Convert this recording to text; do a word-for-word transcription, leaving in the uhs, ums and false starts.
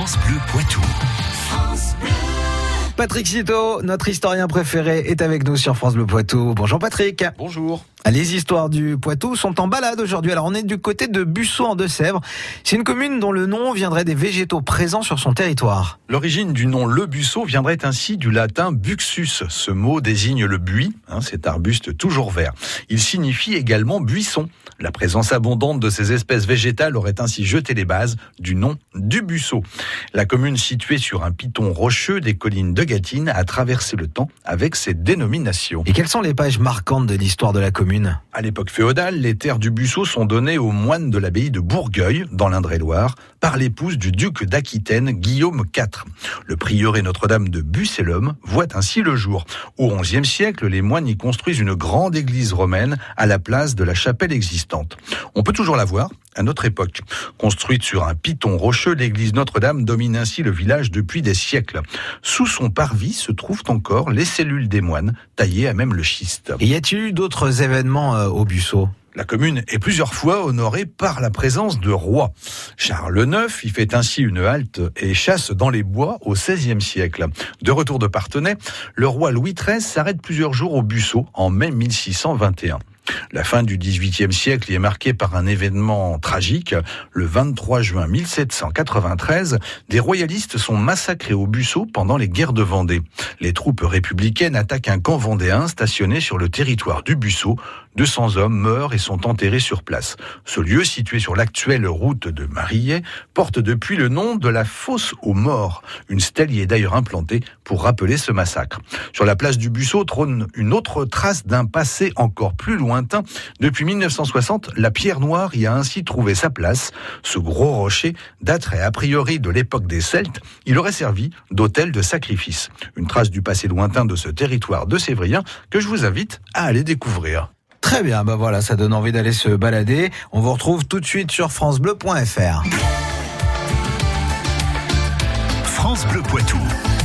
France Bleu Poitou. France Bleu. Patrick Citeau, notre historien préféré, est avec nous sur France Bleu Poitou. Bonjour Patrick. Bonjour. Les histoires du Poitou sont en balade aujourd'hui. Alors on est du côté de Busseau en Deux-Sèvres. C'est une commune dont le nom viendrait des végétaux présents sur son territoire. L'origine du nom Le Busseau viendrait ainsi du latin buxus. Ce mot désigne le buis, hein, cet arbuste toujours vert. Il signifie également buisson. La présence abondante de ces espèces végétales aurait ainsi jeté les bases du nom du Busseau. La commune située sur un piton rocheux des collines de Gâtine a traversé le temps avec ses dénominations. Et quelles sont les pages marquantes de l'histoire de la commune ? À l'époque féodale, les terres du Busseau sont données aux moines de l'abbaye de Bourgueil, dans l'Indre-et-Loire, par l'épouse du duc d'Aquitaine, Guillaume quatre. Le prieuré Notre-Dame de Bussellum voit ainsi le jour. Au onzième siècle, les moines y construisent une grande église romaine à la place de la chapelle existante. On peut toujours la voir à notre époque. Construite sur un piton rocheux, l'église Notre-Dame domine ainsi le village depuis des siècles. Sous son parvis se trouvent encore les cellules des moines, taillées à même le schiste. Et y a-t-il eu d'autres événements euh, au Busseau ? La commune est plusieurs fois honorée par la présence de rois. Charles neuf y fait ainsi une halte et chasse dans les bois au seizième siècle. De retour de Parthenay, le roi Louis treize s'arrête plusieurs jours au Busseau en mai mille six cent vingt et un. La fin du dix-huitième siècle y est marquée par un événement tragique. Le vingt-trois juin mille sept cent quatre-vingt-treize, des royalistes sont massacrés au Busseau pendant les guerres de Vendée. Les troupes républicaines attaquent un camp vendéen stationné sur le territoire du Busseau. deux cents hommes meurent et sont enterrés sur place. Ce lieu, situé sur l'actuelle route de Marillet, porte depuis le nom de la fosse aux morts. Une stèle y est d'ailleurs implantée pour rappeler ce massacre. Sur la place du Busseau trône une autre trace d'un passé encore plus lointain. Depuis mille neuf cent soixante, la pierre noire y a ainsi trouvé sa place. Ce gros rocher daterait a priori de l'époque des Celtes. Il aurait servi d'autel de sacrifice. Une trace du passé lointain de ce territoire de Sévrien que je vous invite à aller découvrir. Très bien, bah voilà, ça donne envie d'aller se balader. On vous retrouve tout de suite sur francebleu point f r. France Bleu Poitou.